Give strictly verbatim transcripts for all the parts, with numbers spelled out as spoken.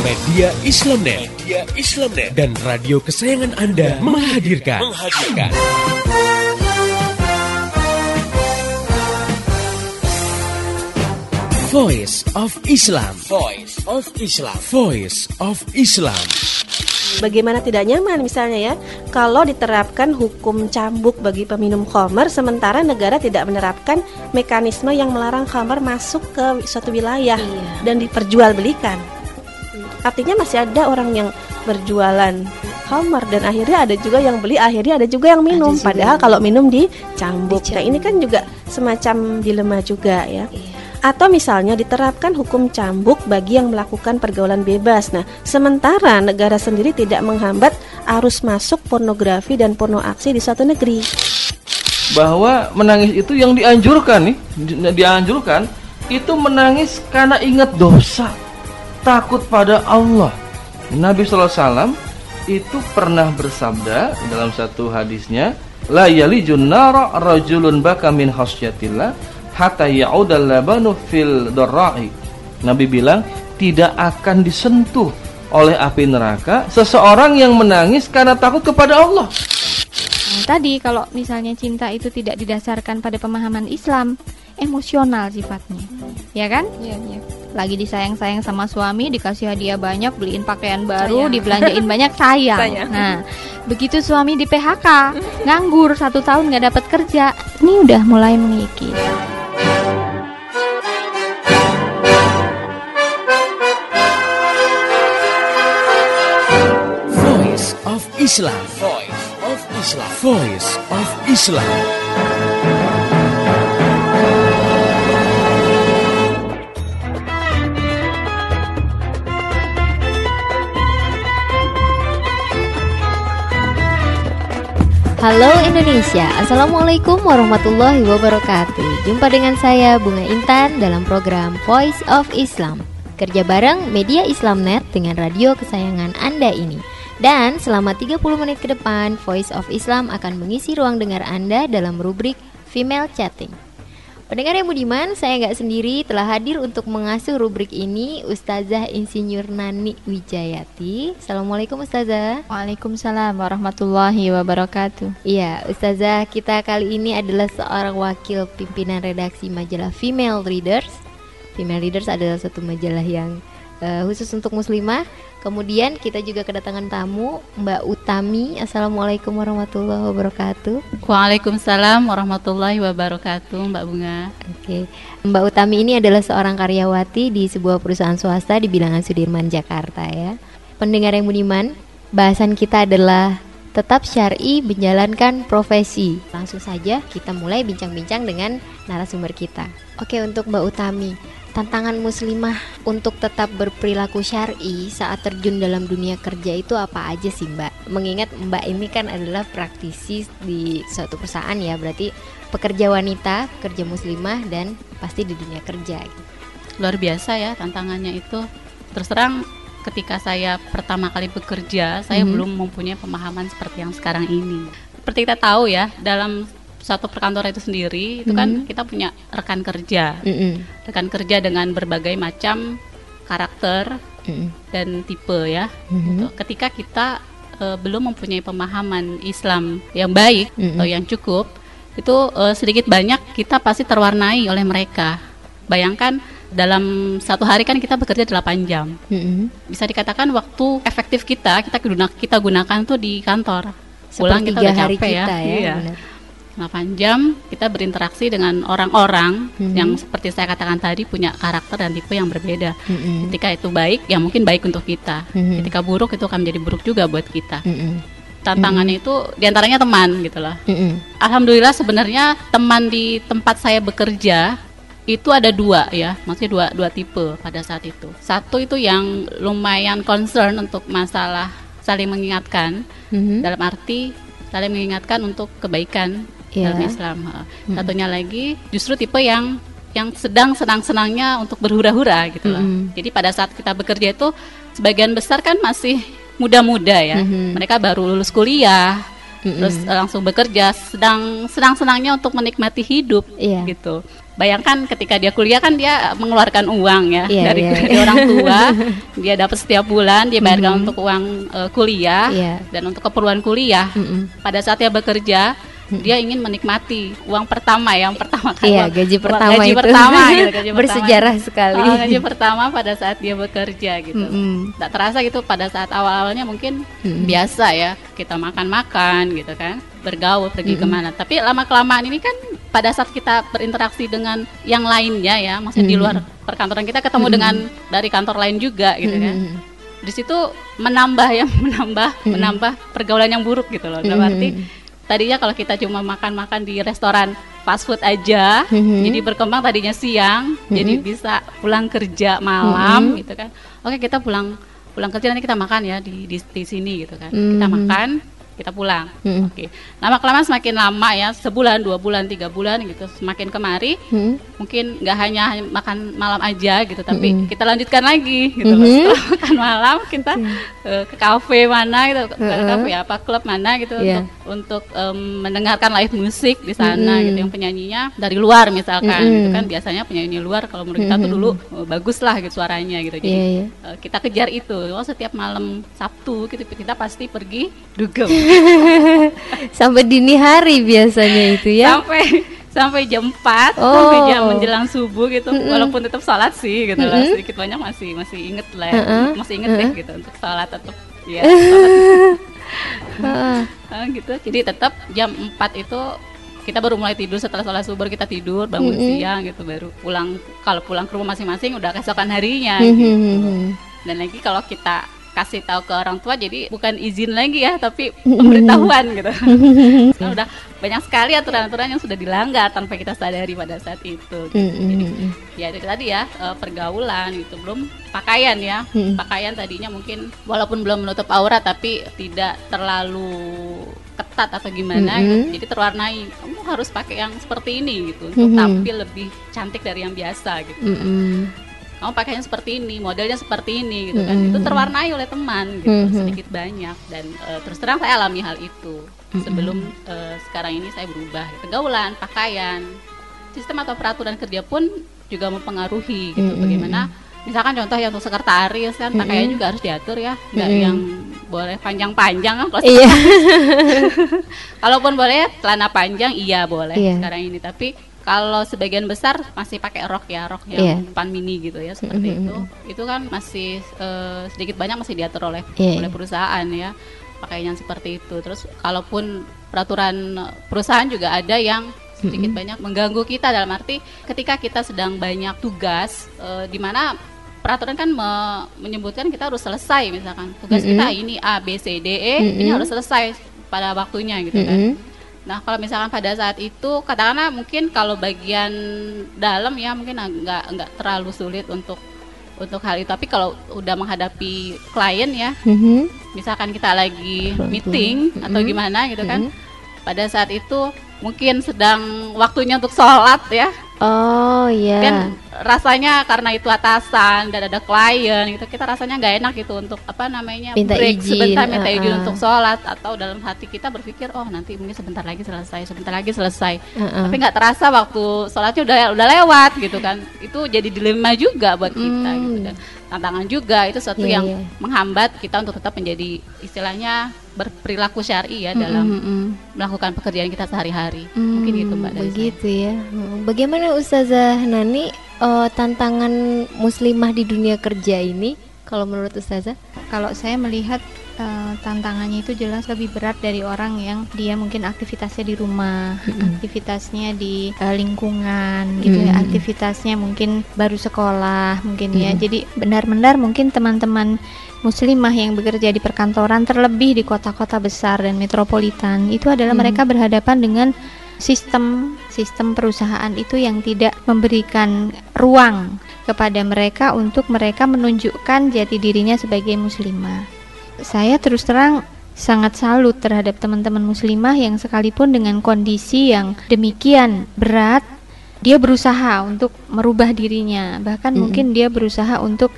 Media Islamnet, Media Islamnet dan radio kesayangan Anda menghadirkan, menghadirkan. Voice of Islam, Voice of Islam, Voice of Islam. Bagaimana tidak nyaman misalnya ya kalau diterapkan hukum cambuk bagi peminum khamar sementara negara tidak menerapkan mekanisme yang melarang khamar masuk ke suatu wilayah iya. dan diperjualbelikan. Artinya masih ada orang yang berjualan khamar dan akhirnya ada juga yang beli, akhirnya ada juga yang minum. Padahal kalau minum dicambuk. Nah ini kan juga semacam dilema juga ya. Iya. Atau misalnya diterapkan hukum cambuk bagi yang melakukan pergaulan bebas. Nah, sementara negara sendiri tidak menghambat arus masuk pornografi dan porno aksi di suatu negeri. Bahwa menangis itu yang dianjurkan nih, dianjurkan itu menangis karena ingat dosa, takut pada Allah. Nabi shallallahu alaihi wasallam itu pernah bersabda dalam satu hadisnya, la yalijun nara rajulun baka min khasyatillah hatta ya'udal labanu fil darra'i. Nabi bilang tidak akan disentuh oleh api neraka seseorang yang menangis karena takut kepada Allah. Nah, tadi kalau misalnya cinta itu tidak didasarkan pada pemahaman Islam, emosional sifatnya, ya kan? Iya, iya. Lagi disayang-sayang sama suami, dikasih hadiah banyak, beliin pakaian baru, sayang. Dibelanjain banyak, sayang. sayang. Nah, begitu suami di P H K, nganggur satu tahun nggak dapat kerja, ini udah mulai mengikis. Voice of Islam, Voice of Islam, Voice of Islam. Halo Indonesia, Assalamualaikum warahmatullahi wabarakatuh. Jumpa dengan saya Bunga Intan dalam program Voice of Islam. Kerja bareng Media Islamnet dengan radio kesayangan Anda ini. Dan selama tiga puluh menit ke depan, Voice of Islam akan mengisi ruang dengar Anda dalam rubrik Female Chatting. Pendengar yang budiman, saya nggak sendiri, telah hadir untuk mengasuh rubrik ini Ustazah Insinyur Nani Wijayati. Assalamualaikum Ustazah. Waalaikumsalam warahmatullahi wabarakatuh. Iya, Ustazah, kita kali ini adalah seorang wakil pimpinan redaksi majalah Female Readers. Female Readers adalah satu majalah yang uh, khusus untuk muslimah. Kemudian kita juga kedatangan tamu Mbak Utami. Assalamualaikum warahmatullahi wabarakatuh. Waalaikumsalam warahmatullahi wabarakatuh, Mbak Bunga. Oke, Mbak Utami ini adalah seorang karyawati di sebuah perusahaan swasta di Bilangan Sudirman, Jakarta ya. Pendengar yang budiman, bahasan kita adalah tetap syar'i menjalankan profesi. Langsung saja kita mulai bincang-bincang dengan narasumber kita. Oke, untuk Mbak Utami, tantangan muslimah untuk tetap berperilaku syar'i saat terjun dalam dunia kerja itu apa aja sih Mbak? Mengingat Mbak ini kan adalah praktisi di suatu perusahaan ya, berarti pekerja wanita, pekerja muslimah dan pasti di dunia kerja. Luar biasa ya tantangannya itu. Terus terang ketika saya pertama kali bekerja, saya mm-hmm. belum mempunyai pemahaman seperti yang sekarang ini. Seperti kita tahu ya, dalam satu perkantoran itu sendiri itu kan mm-hmm. kita punya rekan kerja, mm-hmm. rekan kerja dengan berbagai macam karakter mm-hmm. dan tipe ya. Mm-hmm. Gitu. Ketika kita uh, belum mempunyai pemahaman Islam yang baik mm-hmm. atau yang cukup, itu uh, sedikit banyak kita pasti terwarnai oleh mereka. Bayangkan dalam satu hari kan kita bekerja delapan jam, mm-hmm. bisa dikatakan waktu efektif kita kita guna, kita gunakan tuh di kantor. Pulang kita udah capek ya. ya iya. delapan jam kita berinteraksi dengan orang-orang mm-hmm. yang seperti saya katakan tadi punya karakter dan tipe yang berbeda. Mm-hmm. Ketika itu baik, ya mungkin baik untuk kita. Mm-hmm. Ketika buruk, itu akan menjadi buruk juga buat kita. Mm-hmm. Tantangannya mm-hmm. itu diantaranya teman gitu loh. Mm-hmm. Alhamdulillah sebenarnya teman di tempat saya bekerja itu ada dua ya, maksudnya dua dua tipe pada saat itu. Satu itu yang lumayan concern untuk masalah saling mengingatkan, mm-hmm. dalam arti saling mengingatkan untuk kebaikan yeah. dalam Islam. Mm-hmm. Satunya lagi justru tipe yang yang sedang senang-senangnya untuk berhura-hura gitu loh. Mm-hmm. Jadi pada saat kita bekerja itu sebagian besar kan masih muda-muda ya. Mm-hmm. Mereka baru lulus kuliah Mm-mm. terus uh, langsung bekerja, sedang senang-senangnya untuk menikmati hidup, Iya. gitu. Bayangkan ketika dia kuliah kan dia mengeluarkan uang ya Iya, dari, iya. dari orang tua, dia dapat setiap bulan, dia bayarkan Mhm. untuk uang uh, kuliah Iya. dan untuk keperluan kuliah. Mm-mm. Pada saat dia bekerja, dia ingin menikmati uang pertama ya, yang pertama kan. Iya, uang- gaji uang pertama gaji itu pertama gitu, gaji pertama. bersejarah sekali. Oh, gaji pertama pada saat dia bekerja gitu. Mm-mm. Tak terasa gitu pada saat awal-awalnya mungkin Mm-mm. biasa ya, kita makan-makan gitu kan, bergaul pergi Mm-mm. kemana. Tapi lama-kelamaan ini kan pada saat kita berinteraksi dengan yang lainnya ya, maksudnya di Mm-mm. luar perkantoran kita ketemu Mm-mm. dengan dari kantor lain juga gitu kan. Mm-mm. Di situ menambah yang menambah Mm-mm. menambah pergaulan yang buruk gitu loh. Dalam Mm-mm. arti tadinya kalau kita cuma makan-makan di restoran fast food aja, Mhm. jadi berkembang tadinya siang, Mhm. jadi bisa pulang kerja malam Mhm. gitu kan. Oke, kita pulang pulang kerja nanti kita makan ya di di, di sini gitu kan. Kita Mhm. makan, kita pulang. Mhm. Oke. Lama kelamaan semakin lama ya, sebulan, dua bulan, tiga bulan gitu, semakin kemari Mm-mm. mungkin nggak hanya makan malam aja gitu, tapi Mhm. kita lanjutkan lagi gitu loh. Mhm. Setelah makan malam kita eh, ke kafe mana gitu, ke ke Mhm. kafe apa klub mana gitu Iya. untuk untuk em, mendengarkan live musik di sana Mhm. gitu, yang penyanyinya dari luar misalkan Mhm. gitu kan. Biasanya penyanyi luar kalau menurut kita tuh Mhm. dulu eh, bagus lah gitu suaranya gitu. Jadi Iya, iya. eh, kita kejar itu. Oh, setiap malam Sabtu gitu kita pasti pergi dugem. Sampai dini hari biasanya itu ya. sampai sampai jam empat, Oh. sampai jam menjelang subuh gitu. Mm-mm. Walaupun tetap sholat sih gitu lah, Mm-mm. sedikit banyak masih masih inget lah ya. Uh-uh. Masih inget deh Uh-uh. gitu untuk sholat tetap ya sholat. Heeh. Ah, gitu. Jadi tetap jam empat itu kita baru mulai tidur. Setelah sholat subuh kita tidur, bangun Mm-mm. siang gitu, baru pulang. Kalau pulang ke rumah masing-masing udah keesokan harinya gitu. Mhm. Dan lagi kalau kita kasih tahu ke orang tua, jadi bukan izin lagi ya, tapi pemberitahuan gitu. Sekarang udah banyak sekali aturan-aturan yang sudah dilanggar tanpa kita sadari pada saat itu. Gitu. Jadi Mhm. ya itu tadi ya, eh, pergaulan gitu, belum pakaian ya. Mhm. Pakaian tadinya mungkin walaupun belum menutup aurat tapi tidak terlalu ketat atau gimana Mhm. gitu. Jadi terwarnai, kamu harus pakai yang seperti ini gitu untuk Mhm. tampil lebih cantik dari yang biasa gitu. Mhm. Kamu pakainya seperti ini, modelnya seperti ini gitu kan. Mhm. Itu terwarnai oleh teman gitu, Mhm. sedikit banyak. Dan eh, terus terang saya alami hal itu sebelum eh, sekarang ini saya berubah. Pergaulan, pakaian, sistem atau peraturan kerja pun juga mempengaruhi gitu. Mhm. Bagaimana misalkan contoh yang untuk sekretaris kan pakaian juga harus diatur ya, nggak Mhm. yang boleh panjang-panjang kan. Kalau Iya. Kalaupun boleh celana panjang iya boleh Iya. sekarang ini, tapi kalau sebagian besar masih pakai rok ya, rok yang Iya. pan mini gitu ya, seperti Mhm. itu. Itu kan masih eh, sedikit banyak masih diatur oleh Iya. oleh perusahaan ya, pakaian yang seperti itu. Terus kalaupun peraturan perusahaan juga ada yang sedikit Mhm. banyak mengganggu kita, dalam arti ketika kita sedang banyak tugas eh, di mana peraturan kan me- menyebutkan kita harus selesai, misalkan tugas Mhm. kita ini A B C D E, ini Mhm. harus selesai pada waktunya gitu kan. Mhm. Nah, kalau misalkan pada saat itu katakanlah mungkin kalau bagian dalam ya mungkin nggak nggak terlalu sulit untuk untuk hal itu, tapi kalau udah menghadapi klien ya, Mhm. misalkan kita lagi Betul. meeting atau Mhm. gimana gitu kan, Mhm. pada saat itu mungkin sedang waktunya untuk sholat ya, Oh iya. kan rasanya karena itu atasan dan ada klien gitu, kita rasanya nggak enak gitu untuk apa namanya Minta break izin, sebentar, minta izin uh-uh. untuk sholat, atau dalam hati kita berpikir oh nanti mungkin sebentar lagi selesai, sebentar lagi selesai, Uh-uh. tapi nggak terasa waktu sholatnya udah udah lewat gitu kan. Itu jadi dilema juga buat kita Hmm. gitu kan, tantangan juga, itu suatu Iya, yang iya. menghambat kita untuk tetap menjadi istilahnya berperilaku syar'i ya Mhm, dalam mhm. melakukan pekerjaan kita sehari-hari. Hmm, Mungkin gitu Mbak Daisa. begitu ya. Hmm, Bagaimana Ustazah Nani eh, tantangan muslimah di dunia kerja ini kalau menurut Ustazah? Kalau saya melihat eh, tantangannya itu jelas lebih berat dari orang yang dia mungkin aktivitasnya di rumah, aktivitasnya di eh, lingkungan gitu ya, Mm. aktivitasnya mungkin baru sekolah mungkin ya. Mm. Jadi benar-benar mungkin teman-teman muslimah yang bekerja di perkantoran, terlebih di kota-kota besar dan metropolitan, itu adalah Mm. mereka berhadapan dengan sistem sistem perusahaan itu yang tidak memberikan ruang kepada mereka untuk mereka menunjukkan jati dirinya sebagai muslimah. Saya terus terang sangat salut terhadap teman-teman muslimah yang sekalipun dengan kondisi yang demikian berat, dia berusaha untuk merubah dirinya. Bahkan Mm. mungkin dia berusaha untuk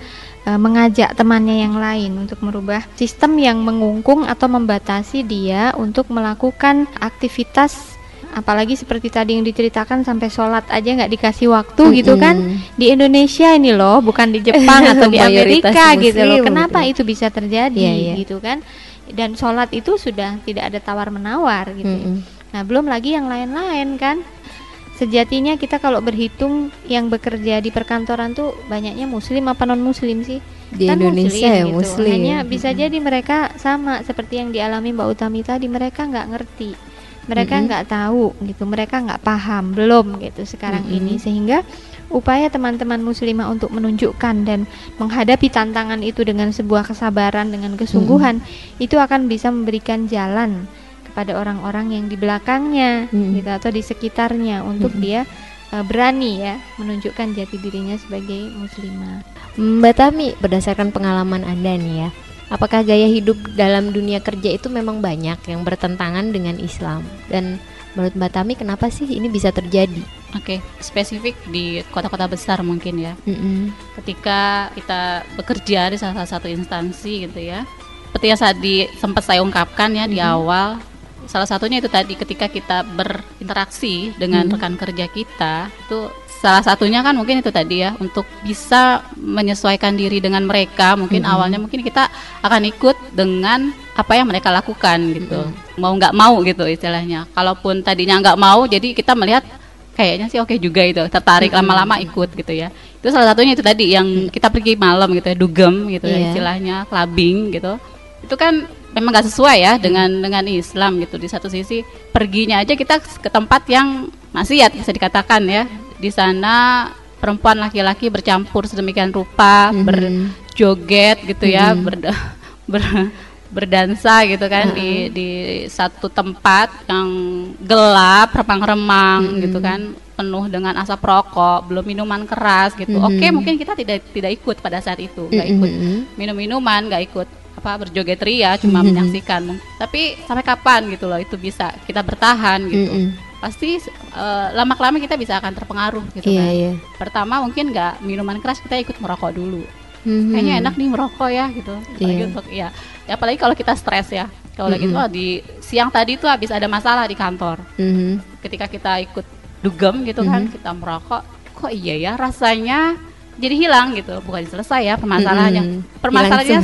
e, mengajak temannya yang lain untuk merubah sistem yang mengungkung atau membatasi dia untuk melakukan aktivitas, apalagi seperti tadi yang diceritakan sampai sholat aja nggak dikasih waktu mm-hmm. gitu kan. Di Indonesia ini loh, bukan di Jepang atau di Amerika gitu loh. Kenapa gitu. Itu bisa terjadi yeah, yeah. gitu kan? Dan sholat itu sudah tidak ada tawar menawar gitu. Mm-hmm. Nah belum lagi yang lain-lain kan. Sejatinya kita kalau berhitung yang bekerja di perkantoran tuh banyaknya muslim apa non muslim sih? Di kan Indonesia muslim, ya gitu. muslim. Hanya bisa mm-hmm. jadi mereka sama seperti yang dialami Mbak Utami tadi, mereka nggak ngerti, mereka nggak mm-hmm. tahu gitu, mereka nggak paham belum gitu sekarang mm-hmm. ini, sehingga upaya teman-teman muslimah untuk menunjukkan dan menghadapi tantangan itu dengan sebuah kesabaran, dengan kesungguhan, mm-hmm. itu akan bisa memberikan jalan pada orang-orang yang di belakangnya hmm. gitu atau di sekitarnya untuk hmm. dia uh, berani ya menunjukkan jati dirinya sebagai muslimah. Mbak Tami, berdasarkan pengalaman Anda nih ya, apakah gaya hidup dalam dunia kerja itu memang banyak yang bertentangan dengan Islam? Dan menurut Mbak Tami kenapa sih ini bisa terjadi? Oke, okay. Spesifik di kota-kota besar mungkin ya. Mm-hmm. Ketika kita bekerja di salah satu instansi gitu ya, seperti yang tadi sempat saya ungkapkan ya mm-hmm. di awal. Salah satunya itu tadi ketika kita berinteraksi dengan hmm. rekan kerja kita, itu salah satunya kan mungkin itu tadi ya, untuk bisa menyesuaikan diri dengan mereka. Mungkin hmm. awalnya mungkin kita akan ikut dengan apa yang mereka lakukan gitu, hmm. mau nggak mau gitu istilahnya. Kalaupun tadinya nggak mau, jadi kita melihat kayaknya sih oke juga itu, tertarik hmm. lama-lama ikut gitu ya. Itu salah satunya itu tadi yang kita pergi malam gitu ya, dugem gitu yeah. ya istilahnya, clubbing gitu. Itu kan memang nggak sesuai ya dengan dengan Islam gitu. Di satu sisi perginya aja kita ke tempat yang maksiat bisa dikatakan ya. Di sana perempuan laki-laki bercampur sedemikian rupa, mm-hmm. berjoget gitu ya, mm-hmm. ber, ber, berdansa gitu kan mm-hmm. di di satu tempat yang gelap, remang-remang mm-hmm. gitu kan, penuh dengan asap rokok, belum minuman keras gitu. Mm-hmm. Oke, mungkin kita tidak tidak ikut pada saat itu, nggak ikut mm-hmm. minum-minuman, nggak ikut apa berjoget ria, cuma mm-hmm. menyaksikan. Tapi sampai kapan gitu loh itu bisa kita bertahan gitu. Mm-hmm. Pasti uh, lama-kelamaan kita bisa akan terpengaruh gitu yeah, kan. Yeah. Pertama mungkin nggak minuman keras, kita ikut merokok dulu. Mm-hmm. Kayaknya enak nih merokok ya gitu. Apalagi yeah. untuk ya, ya apalagi kalau kita stres ya. Kalau mm-hmm. lagi tuh di siang tadi tuh habis ada masalah di kantor. Mm-hmm. Ketika kita ikut dugem gitu mm-hmm. kan, kita merokok, kok iya ya rasanya jadi hilang gitu, bukan selesai ya permasalahannya. Mm-hmm. Permasalahannya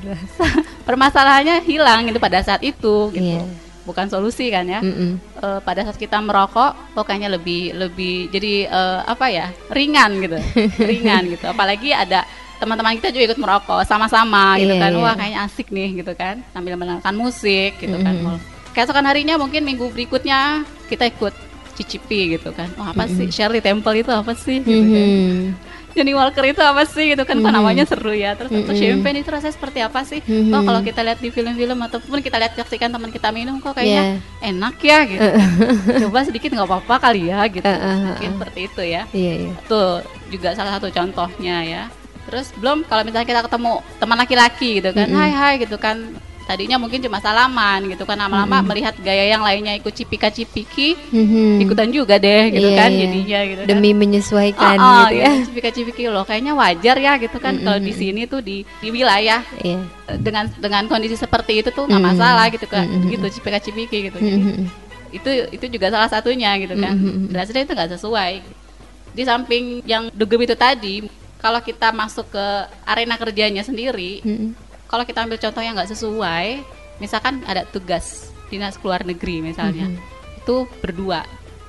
permasalahannya hilang gitu pada saat itu gitu. Yeah. Bukan solusi kan ya. Mm-hmm. E, pada saat kita merokok, pokoknya lebih lebih jadi e, apa ya? ringan gitu. ringan gitu. Apalagi ada teman-teman kita juga ikut merokok sama-sama gitu yeah, kan. Wah, kayaknya asik nih gitu kan. Sambil mendengarkan musik gitu mm-hmm. kan. Keesokan harinya mungkin minggu berikutnya kita ikut cicipi gitu kan. Oh, apa mm-hmm. sih Shirley Temple itu apa sih gitu mm-hmm. kan. Johnny Walker itu apa sih gitu kan, mm-hmm. namanya seru ya. Terus mm-hmm. champagne itu rasanya seperti apa sih? Mm-hmm. Oh, kalau kita lihat di film-film ataupun kita lihat saksikan teman kita minum, kok kayaknya yeah. enak ya gitu. Uh. Coba sedikit nggak apa-apa kali ya gitu. Uh, uh, uh, Mungkin uh. seperti itu ya. Yeah, yeah. Tuh juga salah satu contohnya ya. Terus belum kalau misalnya kita ketemu teman laki-laki gitu kan, mm-hmm. hai hai gitu kan. Tadinya mungkin cuma salaman gitu kan, lama-lama mm-hmm. melihat gaya yang lainnya ikut cipika-cipiki, mm-hmm. ikutan juga deh gitu yeah, kan yeah. jadinya gitu demi kan. menyesuaikan oh, oh, gitu ya. Cipika-cipiki loh, kayaknya wajar ya gitu kan mm-hmm. kalau di sini tuh di di wilayah yeah. dengan dengan kondisi seperti itu tuh nggak mm-hmm. masalah gitu kan, mm-hmm. gitu cipika-cipiki gitu. Jadi mm-hmm. itu itu juga salah satunya gitu kan. Mm-hmm. Dan sebenarnya itu nggak sesuai. Di samping yang dugem itu tadi, kalau kita masuk ke arena kerjanya sendiri. Mm-hmm. Kalau kita ambil contoh yang nggak sesuai, misalkan ada tugas dinas keluar negeri misalnya, mm-hmm. itu berdua,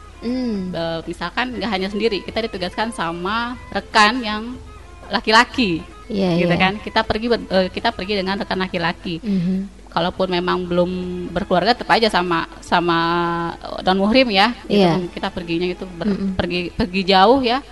mm. e, misalkan nggak hanya sendiri, kita ditugaskan sama rekan yang laki-laki, yeah, gitu yeah. kan? Kita pergi e, kita pergi dengan rekan laki-laki. Mm-hmm. Kalaupun memang belum berkeluarga, tetap aja sama sama non muhrim ya, yeah. gitu. Kita perginya itu ber, mm-hmm. pergi pergi jauh ya,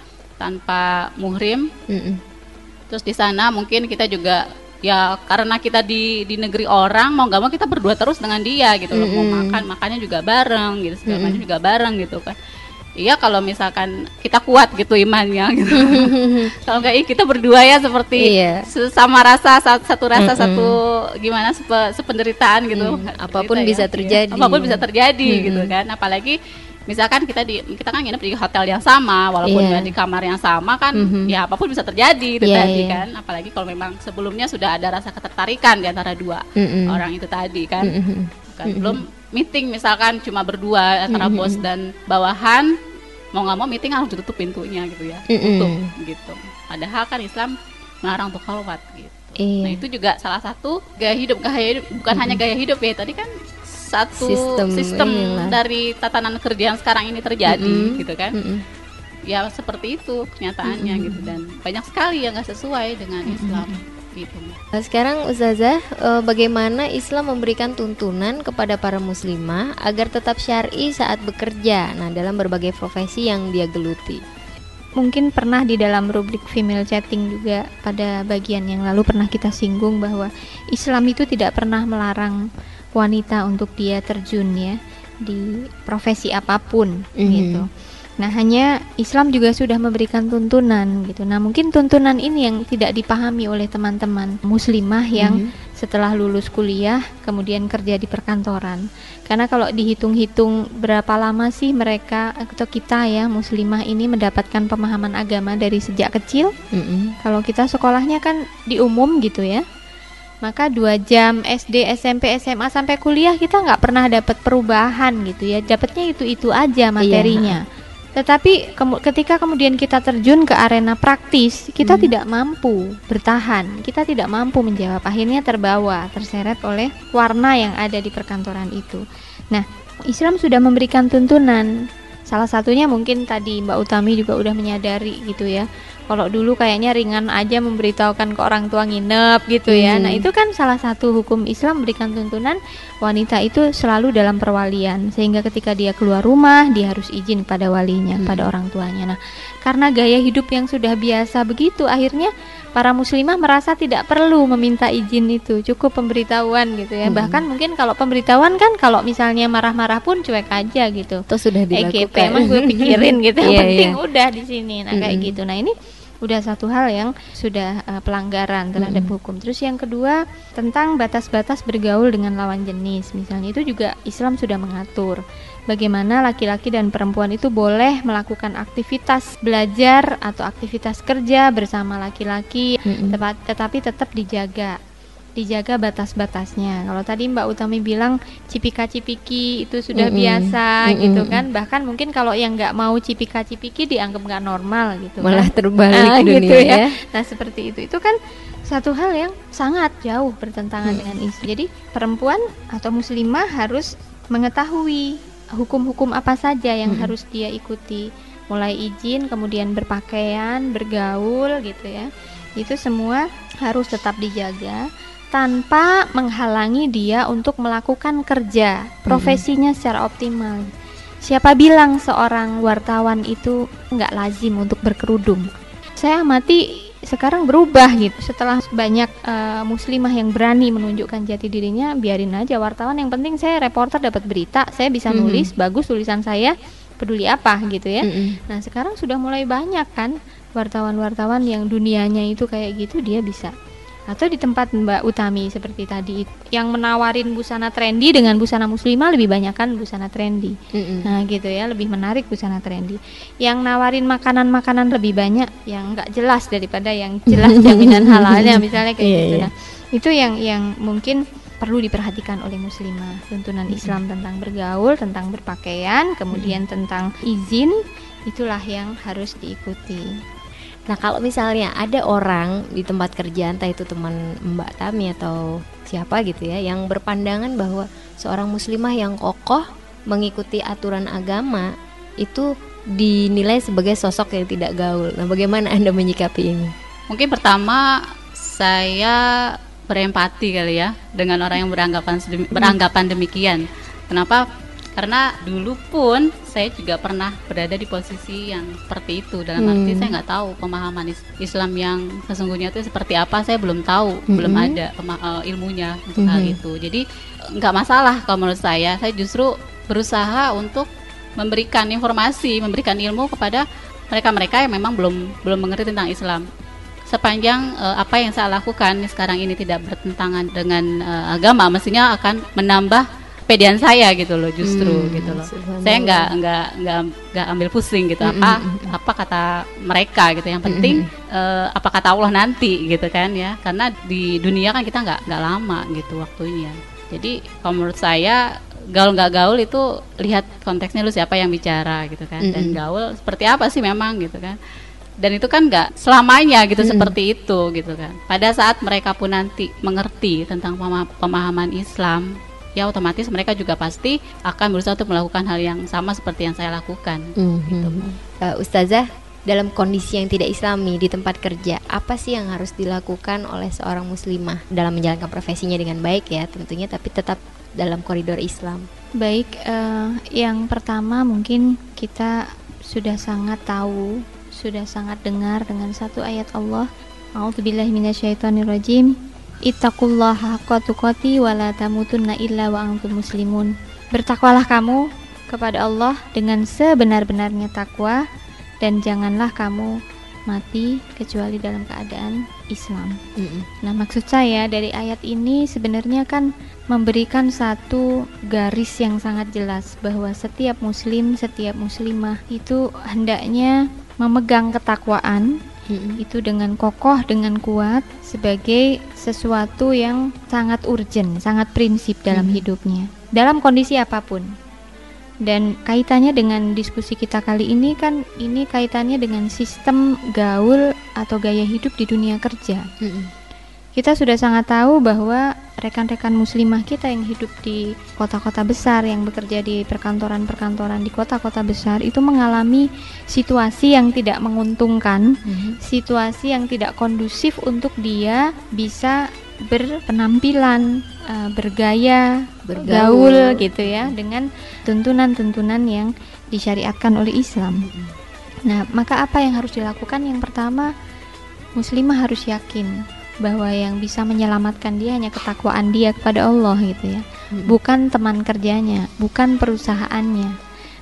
tanpa muhrim. Mm-hmm. Terus di sana mungkin kita juga ya karena kita di di negeri orang, mau nggak mau kita berdua terus dengan dia gitu loh. Mm-hmm. Mau makan makannya juga bareng gitu, segala macam mm-hmm. juga bareng gitu kan. Iya kalau misalkan kita kuat gitu imannya gitu. Kalau nggak kita berdua ya seperti iya. sama rasa satu rasa mm-hmm. satu gimana sepe, sependeritaan gitu. Mm, apapun bisa ya. terjadi. Apapun bisa terjadi mm-hmm. gitu kan. Apalagi misalkan kita di kita kan nginep di hotel yang sama, walaupun yeah. nggak di kamar yang sama kan, mm-hmm. ya apapun bisa terjadi itu yeah, tadi yeah. kan. Apalagi kalau memang sebelumnya sudah ada rasa ketertarikan di antara dua mm-hmm. orang itu tadi kan. Mm-hmm. Kan mm-hmm. belum meeting misalkan cuma berdua antara mm-hmm. bos dan bawahan, mau nggak mau meeting harus ditutup pintunya gitu ya, mm-hmm. tutup gitu. Padahal kan Islam melarang untuk khalwat gitu. Yeah. Nah itu juga salah satu gaya hidup, gaya hidup bukan mm-hmm. hanya gaya hidup ya, tadi kan satu sistem, sistem dari tatanan kerja yang sekarang ini terjadi mm-hmm. gitu kan. Mm-hmm. Ya seperti itu kenyataannya mm-hmm. gitu, dan banyak sekali yang nggak sesuai dengan mm-hmm. Islam gitu. Nah, sekarang Ustazah, eh, bagaimana Islam memberikan tuntunan kepada para muslimah agar tetap syar'i saat bekerja, nah dalam berbagai profesi yang dia geluti? Mungkin pernah di dalam rubrik female chatting juga pada bagian yang lalu pernah kita singgung bahwa Islam itu tidak pernah melarang wanita untuk dia terjun ya di profesi apapun mm-hmm. gitu. Nah, hanya Islam juga sudah memberikan tuntunan gitu. Nah, mungkin tuntunan ini yang tidak dipahami oleh teman-teman muslimah yang mm-hmm. setelah lulus kuliah kemudian kerja di perkantoran. Karena kalau dihitung-hitung berapa lama sih mereka atau kita ya muslimah ini mendapatkan pemahaman agama dari sejak kecil? Mm-hmm. Kalau kita sekolahnya kan di umum gitu ya. Maka dua jam S D, S M P, S M A sampai kuliah kita nggak pernah dapat perubahan gitu ya. Dapatnya itu-itu aja materinya. Iya. Tetapi ke- ketika kemudian kita terjun ke arena praktis, kita hmm. tidak mampu bertahan. Kita tidak mampu menjawab. Akhirnya terbawa, terseret oleh warna yang ada di perkantoran itu. Nah, Islam sudah memberikan tuntunan. Salah satunya mungkin tadi Mbak Utami juga udah menyadari gitu ya. Kalau dulu kayaknya ringan aja memberitahukan ke orang tua nginep gitu ya. Hmm. Nah itu kan salah satu hukum Islam memberikan tuntunan wanita itu selalu dalam perwalian. Sehingga ketika dia keluar rumah dia harus izin pada walinya, hmm. pada orang tuanya. Nah karena gaya hidup yang sudah biasa begitu, akhirnya para muslimah merasa tidak perlu meminta izin itu, cukup pemberitahuan gitu ya. Hmm. Bahkan mungkin kalau pemberitahuan kan kalau misalnya marah-marah pun cuek aja gitu. Itu sudah dilakukan. E G P emang gue pikirin gitu. Yang yeah, penting yeah. udah di sini. Nah kayak hmm. gitu. Nah ini udah satu hal yang sudah uh, pelanggaran terhadap mm-hmm. hukum. Terus yang kedua tentang batas-batas bergaul dengan lawan jenis. Misalnya itu juga Islam sudah mengatur bagaimana laki-laki dan perempuan itu boleh melakukan aktivitas belajar atau aktivitas kerja bersama laki-laki, mm-hmm. tepat, tetapi tetap dijaga dijaga batas-batasnya. Kalau tadi Mbak Utami bilang cipika-cipiki itu sudah mm-hmm. biasa mm-hmm. gitu kan. Bahkan mungkin kalau yang nggak mau cipika-cipiki dianggap nggak normal gitu. Malah kan? terbalik nah, dunia gitu ya. ya. Nah seperti itu. Itu kan satu hal yang sangat jauh bertentangan hmm. dengan Islam. Jadi perempuan atau muslimah harus mengetahui hukum-hukum apa saja yang hmm. harus dia ikuti. Mulai izin, kemudian berpakaian, bergaul gitu ya. Itu semua harus tetap dijaga tanpa menghalangi dia untuk melakukan kerja profesinya hmm. secara optimal. Siapa bilang seorang wartawan itu nggak lazim untuk berkerudung? Saya amati sekarang berubah gitu. Setelah banyak uh, muslimah yang berani menunjukkan jati dirinya, biarin aja wartawan. Yang penting saya reporter dapat berita, saya bisa nulis, mm-hmm. bagus tulisan saya, peduli apa gitu ya. Mm-hmm. Nah sekarang sudah mulai banyak kan wartawan-wartawan yang dunianya itu kayak gitu, dia bisa. Atau di tempat Mbak Utami seperti tadi yang menawarin busana trendy dengan busana muslimah lebih banyak kan busana trendy. Mm-hmm. Nah gitu ya, lebih menarik busana trendy. Yang nawarin makanan-makanan lebih banyak yang nggak jelas daripada yang jelas jaminan halalnya misalnya kayak yeah, gitu. Nah yeah. itu yang yang mungkin perlu diperhatikan oleh muslimah. Tuntunan mm-hmm. Islam tentang bergaul, tentang berpakaian, kemudian mm-hmm. tentang izin, itulah yang harus diikuti. Nah kalau misalnya ada orang di tempat kerja, entah itu teman Mbak Tami atau siapa gitu ya, yang berpandangan bahwa seorang muslimah yang kokoh mengikuti aturan agama itu dinilai sebagai sosok yang tidak gaul. Nah bagaimana Anda menyikapi ini? Mungkin pertama saya berempati kali ya dengan orang yang beranggapan beranggapan demikian. Kenapa? Karena dulu pun saya juga pernah berada di posisi yang seperti itu. Dalam hmm. arti saya nggak tahu pemahaman Islam yang sesungguhnya itu seperti apa. Saya belum tahu, hmm. belum ada pema- uh, ilmunya untuk hmm. hal itu. Jadi nggak masalah kalau menurut saya. Saya justru berusaha untuk memberikan informasi, memberikan ilmu kepada mereka-mereka yang memang belum belum mengerti tentang Islam. Sepanjang uh, apa yang saya lakukan sekarang ini tidak bertentangan dengan uh, agama, mestinya akan menambah kepedean saya gitu loh justru hmm, gitu loh. Saya nggak nggak nggak nggak ambil pusing gitu mm-hmm. apa apa kata mereka gitu. Yang penting mm-hmm. uh, apa kata Allah nanti gitu kan ya. Karena di dunia kan kita nggak nggak lama gitu waktunya. Jadi kalau menurut saya gaul nggak gaul itu lihat konteksnya lu siapa yang bicara gitu kan. Mm-hmm. Dan gaul seperti apa sih memang gitu kan. Dan itu kan nggak selamanya gitu mm-hmm. seperti itu gitu kan. Pada saat mereka pun nanti mengerti tentang pemahaman Islam, ya otomatis mereka juga pasti akan berusaha untuk melakukan hal yang sama seperti yang saya lakukan. Mm-hmm. Gitu. Uh, Ustazah, dalam kondisi yang tidak Islami di tempat kerja, apa sih yang harus dilakukan oleh seorang muslimah dalam menjalankan profesinya dengan baik ya tentunya, tapi tetap dalam koridor Islam? Baik, uh, yang pertama mungkin kita sudah sangat tahu, sudah sangat dengar dengan satu ayat Allah, A'udzubillahi minasyaitonirrajim, Ittaqullaha haqqa tuqati wa la tamutunna illa wa antum muslimun. Bertakwalah kamu kepada Allah dengan sebenar-benarnya takwa, dan janganlah kamu mati kecuali dalam keadaan Islam. Mm-mm. Nah, maksud saya dari ayat ini sebenarnya kan memberikan satu garis yang sangat jelas bahwa setiap muslim, setiap muslimah itu hendaknya memegang ketakwaan mm-hmm. itu dengan kokoh, dengan kuat sebagai sesuatu yang sangat urgent, sangat prinsip dalam mm-hmm. hidupnya, dalam kondisi apapun. Dan kaitannya dengan diskusi kita kali ini kan, ini kaitannya dengan sistem gaul atau gaya hidup di dunia kerja. Mm-hmm. Kita sudah sangat tahu bahwa rekan-rekan muslimah kita yang hidup di kota-kota besar, yang bekerja di perkantoran-perkantoran di kota-kota besar, itu mengalami situasi yang tidak menguntungkan, mm-hmm. situasi yang tidak kondusif untuk dia bisa berpenampilan, uh, bergaya, bergaul gitu ya, dengan tuntunan-tuntunan yang disyariatkan oleh Islam. Mm-hmm. Nah, maka apa yang harus dilakukan? Yang pertama, muslimah harus yakin bahwa yang bisa menyelamatkan dia hanya ketakwaan dia kepada Allah gitu ya. Mm-hmm. Bukan teman kerjanya, bukan perusahaannya,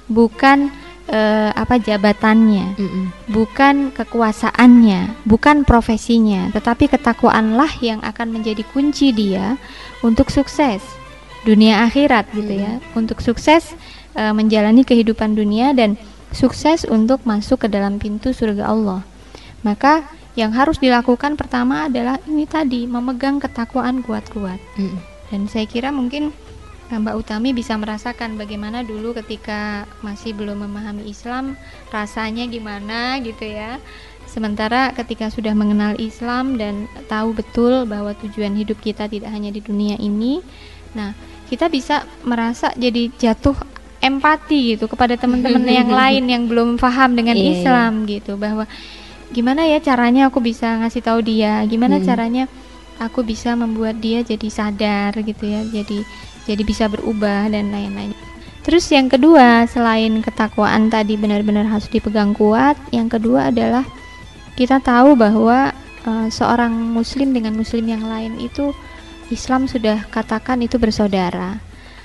bukan uh, apa jabatannya, mm-hmm. bukan kekuasaannya, bukan profesinya, tetapi ketakwaanlah yang akan menjadi kunci dia untuk sukses dunia akhirat gitu mm-hmm. ya, untuk sukses uh, menjalani kehidupan dunia dan sukses untuk masuk ke dalam pintu surga Allah. Maka yang harus dilakukan pertama adalah ini tadi, memegang ketakwaan kuat-kuat. Mm. Dan saya kira mungkin Mbak Utami bisa merasakan bagaimana dulu ketika masih belum memahami Islam, rasanya gimana gitu ya. Sementara ketika sudah mengenal Islam dan tahu betul bahwa tujuan hidup kita tidak hanya di dunia ini, nah kita bisa merasa jadi jatuh empati gitu kepada teman-teman yang lain yang belum paham dengan yeah, Islam yeah. gitu, bahwa gimana ya caranya aku bisa ngasih tahu dia, gimana hmm. caranya aku bisa membuat dia jadi sadar gitu ya, jadi jadi bisa berubah dan lain-lain. Terus yang kedua, selain ketakwaan tadi benar-benar harus dipegang kuat, yang kedua adalah kita tahu bahwa uh, seorang muslim dengan muslim yang lain itu Islam sudah katakan itu bersaudara.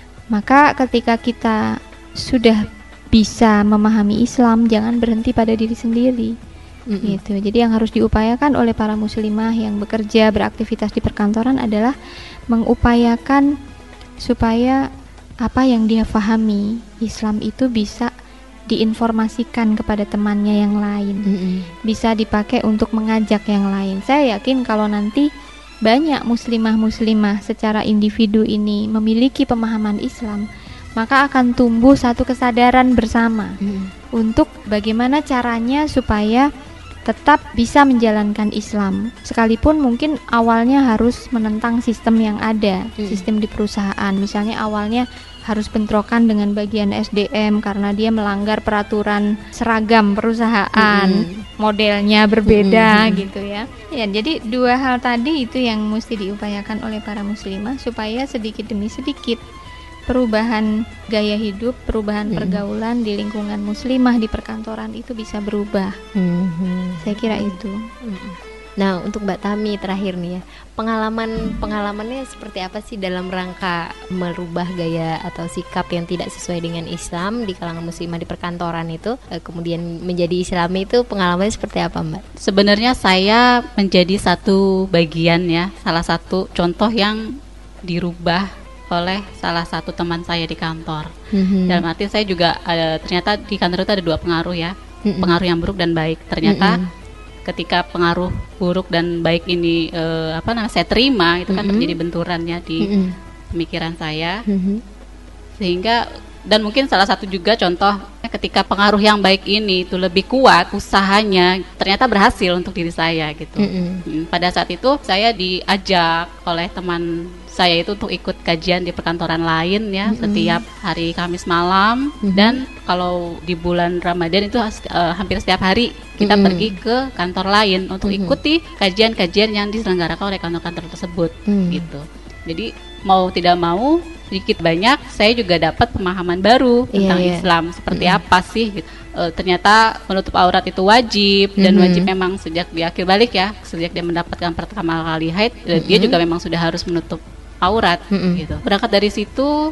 Maka ketika kita sudah bisa memahami Islam, jangan berhenti pada diri sendiri. Mm-hmm. Gitu. Jadi yang harus diupayakan oleh para muslimah yang bekerja, beraktivitas di perkantoran adalah mengupayakan supaya apa yang dia pahami Islam itu bisa diinformasikan kepada temannya yang lain, mm-hmm. bisa dipakai untuk mengajak yang lain. Saya yakin kalau nanti banyak muslimah-muslimah secara individu ini memiliki pemahaman Islam, maka akan tumbuh satu kesadaran bersama mm-hmm. untuk bagaimana caranya supaya tetap bisa menjalankan Islam, sekalipun mungkin awalnya harus menentang sistem yang ada, hmm. sistem di perusahaan. Misalnya awalnya harus bentrokan dengan bagian S D M karena dia melanggar peraturan seragam perusahaan, hmm. modelnya berbeda hmm. gitu ya. Ya, jadi dua hal tadi itu yang mesti diupayakan oleh para muslimah supaya sedikit demi sedikit perubahan gaya hidup, perubahan hmm. pergaulan di lingkungan muslimah di perkantoran itu bisa berubah. Hmm. Saya kira itu. Hmm. Nah, untuk Mbak Tami terakhir nih ya, pengalaman pengalamannya seperti apa sih dalam rangka merubah gaya atau sikap yang tidak sesuai dengan Islam di kalangan muslimah di perkantoran itu, kemudian menjadi Islami itu pengalamannya seperti apa, Mbak? Sebenarnya saya menjadi satu bagian ya, salah satu contoh yang dirubah oleh salah satu teman saya di kantor. Mhm. Dalam arti saya juga uh, ternyata di kantor itu ada dua pengaruh ya, Mhm. pengaruh yang buruk dan baik. Ternyata Mhm. ketika pengaruh buruk dan baik ini uh, apa namanya saya terima, itu kan Mhm. terjadi benturannya di Mhm. pemikiran saya, Mhm. sehingga dan mungkin salah satu juga contoh ketika pengaruh yang baik ini itu lebih kuat usahanya ternyata berhasil untuk diri saya gitu. Mhm. Hmm, pada saat itu saya diajak oleh teman saya itu untuk ikut kajian di perkantoran lain ya, Mhm. setiap hari Kamis malam. Mhm. Dan kalau di bulan Ramadan itu uh, hampir setiap hari kita Mhm. pergi ke kantor lain untuk Mhm. ikuti kajian-kajian yang diselenggarakan oleh kantor-kantor tersebut Mhm. gitu. Jadi mau tidak mau sedikit banyak saya juga dapat pemahaman baru Iya, tentang iya. Islam seperti Mhm. apa sih gitu. E, ternyata menutup aurat itu wajib dan Mhm. wajib memang sejak di akhir balik ya, sejak dia mendapatkan pertama kali haid, e, dia Mhm. juga memang sudah harus menutup aurat Mhm. gitu. Berangkat dari situ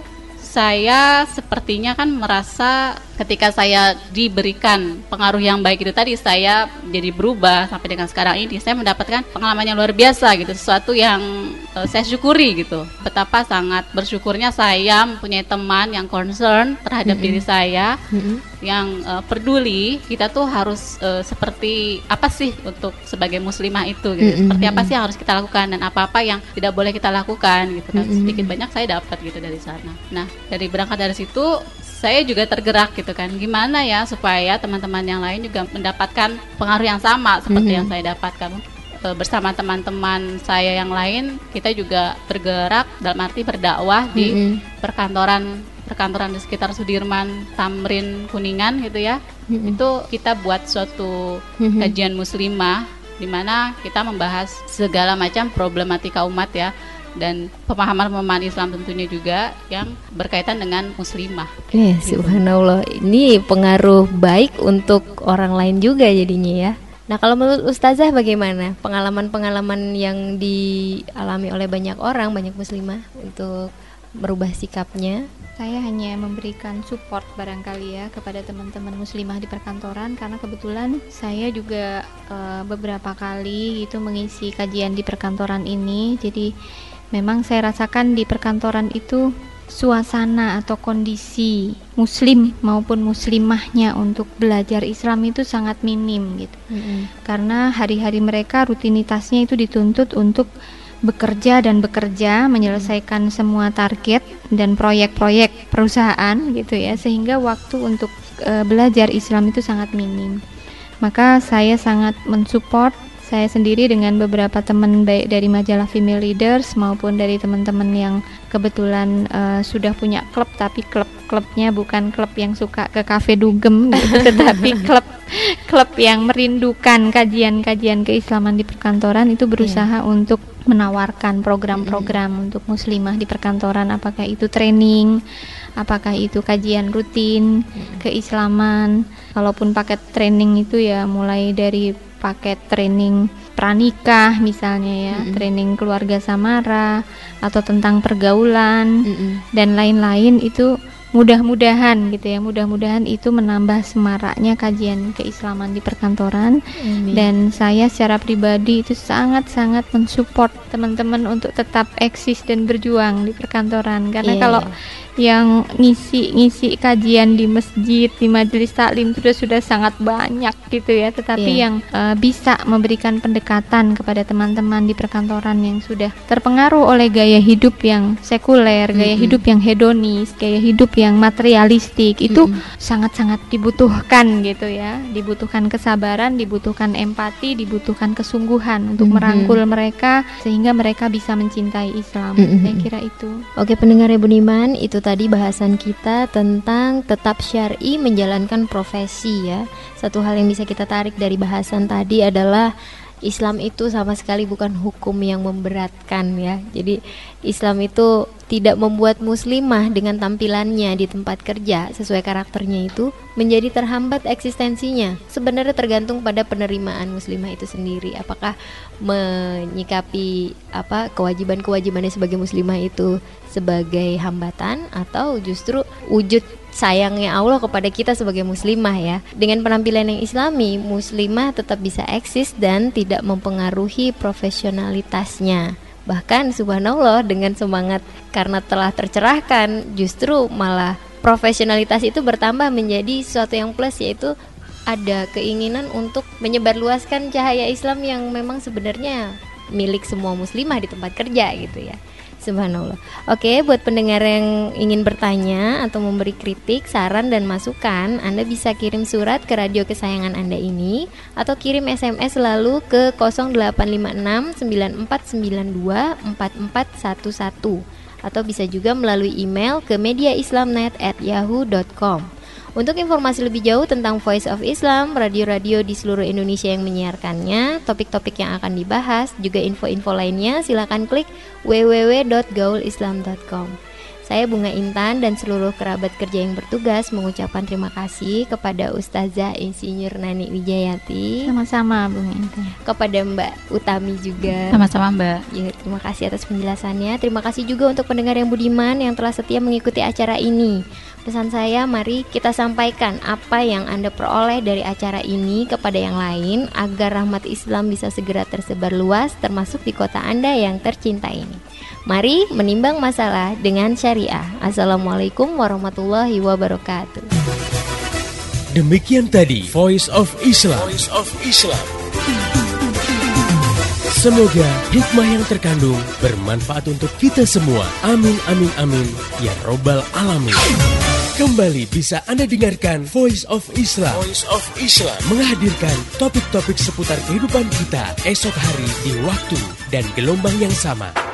saya sepertinya kan merasa ketika saya diberikan pengaruh yang baik itu tadi, saya jadi berubah sampai dengan sekarang ini. Saya mendapatkan pengalaman yang luar biasa gitu, sesuatu yang uh, saya syukuri gitu. Betapa sangat bersyukurnya saya mempunyai teman yang concern terhadap Mm-mm. diri saya, Mm-mm. yang uh, peduli. Kita tuh harus uh, seperti apa sih untuk sebagai muslimah itu gitu. Mm-mm. Seperti apa sih yang harus kita lakukan dan apa-apa yang tidak boleh kita lakukan gitu kan. Mm-mm. Sedikit banyak saya dapat gitu dari sana. Nah, dari berangkat dari situ saya juga tergerak gitu kan, gimana ya supaya teman-teman yang lain juga mendapatkan pengaruh yang sama seperti Mhm. yang saya dapatkan. E, bersama teman-teman saya yang lain kita juga bergerak dalam arti berdakwah di Mhm. perkantoran perkantoran di sekitar Sudirman, Tamrin, Kuningan gitu ya. Mhm. Itu kita buat suatu Mhm. kajian muslimah di mana kita membahas segala macam problematika umat ya, dan pemahaman-pemahaman Islam tentunya juga yang berkaitan dengan muslimah. Eh, subhanallah. Ini pengaruh baik untuk orang lain juga jadinya ya. Nah, kalau menurut Ustazah bagaimana pengalaman-pengalaman yang dialami oleh banyak orang, banyak muslimah untuk merubah sikapnya? Saya hanya memberikan support barangkali ya kepada teman-teman muslimah di perkantoran, karena kebetulan saya juga e, beberapa kali itu mengisi kajian di perkantoran ini. Jadi memang saya rasakan di perkantoran itu suasana atau kondisi muslim maupun muslimahnya untuk belajar Islam itu sangat minim gitu. Mm-mm. Karena hari-hari mereka rutinitasnya itu dituntut untuk bekerja dan bekerja menyelesaikan semua target dan proyek-proyek perusahaan gitu ya, sehingga waktu untuk e, belajar Islam itu sangat minim. Maka saya sangat mensupport saya sendiri dengan beberapa teman baik dari majalah Female Leaders maupun dari teman-teman yang kebetulan uh, sudah punya klub, tapi klub-klubnya bukan klub yang suka ke kafe dugem gitu, tetapi klub klub yang merindukan kajian-kajian keislaman di perkantoran itu berusaha yeah. untuk menawarkan program-program mm-hmm. untuk muslimah di perkantoran, apakah itu training, apakah itu kajian rutin mm-hmm. keislaman. Kalaupun paket training itu ya mulai dari paket training pranikah misalnya ya, mm-hmm. training keluarga samara atau tentang pergaulan mm-hmm. dan lain-lain, itu mudah-mudahan gitu ya, mudah-mudahan itu menambah semaraknya kajian keislaman di perkantoran. Amin. Dan saya secara pribadi itu sangat-sangat mensupport teman-teman untuk tetap eksis dan berjuang di perkantoran, karena yeah, kalau yeah. yang ngisi-ngisi kajian di masjid, di majelis taklim sudah sudah sangat banyak gitu ya, tetapi yeah. yang uh, bisa memberikan pendekatan kepada teman-teman di perkantoran yang sudah terpengaruh oleh gaya hidup yang sekuler, mm-hmm. gaya hidup yang hedonis, gaya hidup yang materialistik, itu mm-hmm. sangat-sangat dibutuhkan gitu ya, dibutuhkan kesabaran, dibutuhkan empati, dibutuhkan kesungguhan untuk mm-hmm. merangkul mereka sehingga mereka bisa mencintai Islam. Mm-hmm. Saya kira itu. Oke, pendengar Ibu Niman, itu tadi bahasan kita tentang tetap syar'i menjalankan profesi ya. Satu hal yang bisa kita tarik dari bahasan tadi adalah Islam itu sama sekali bukan hukum yang memberatkan ya. Jadi Islam itu tidak membuat muslimah dengan tampilannya di tempat kerja sesuai karakternya itu menjadi terhambat eksistensinya. Sebenarnya tergantung pada penerimaan muslimah itu sendiri, apakah menyikapi apa kewajiban-kewajibannya sebagai muslimah itu sebagai hambatan atau justru wujud sayangnya Allah kepada kita sebagai muslimah ya. Dengan penampilan yang islami, muslimah tetap bisa eksis dan tidak mempengaruhi profesionalitasnya. Bahkan subhanallah dengan semangat karena telah tercerahkan, justru malah profesionalitas itu bertambah menjadi sesuatu yang plus, yaitu ada keinginan untuk menyebarluaskan cahaya Islam yang memang sebenarnya milik semua muslimah di tempat kerja gitu ya. Subhanallah. Oke, buat pendengar yang ingin bertanya atau memberi kritik, saran dan masukan, Anda bisa kirim surat ke radio kesayangan Anda ini atau kirim S M S lalu ke nol delapan lima enam sembilan empat sembilan dua empat empat satu satu atau bisa juga melalui email ke mediaislamnet at yahoo dot com. Untuk informasi lebih jauh tentang Voice of Islam, radio-radio di seluruh Indonesia yang menyiarkannya, topik-topik yang akan dibahas, juga info-info lainnya, silakan klik w w w dot gaul islam dot com. Saya Bunga Intan dan seluruh kerabat kerja yang bertugas mengucapkan terima kasih kepada Ustazah Insinyur Nani Wijayati. Sama-sama Bunga Intan. Kepada Mbak Utami juga. Sama-sama Mbak. Ya, terima kasih atas penjelasannya. Terima kasih juga untuk pendengar yang budiman yang telah setia mengikuti acara ini. Pesan saya, mari kita sampaikan apa yang Anda peroleh dari acara ini kepada yang lain agar rahmat Islam bisa segera tersebar luas termasuk di kota Anda yang tercinta ini. Mari menimbang masalah dengan syariah. Assalamualaikum warahmatullahi wabarakatuh. Demikian tadi Voice of Islam. Voice of Islam. Semoga hikmah yang terkandung bermanfaat untuk kita semua. Amin amin amin ya robbal alamin. Kembali bisa Anda dengarkan Voice of Islam. Voice of Islam menghadirkan topik-topik seputar kehidupan kita esok hari di waktu dan gelombang yang sama.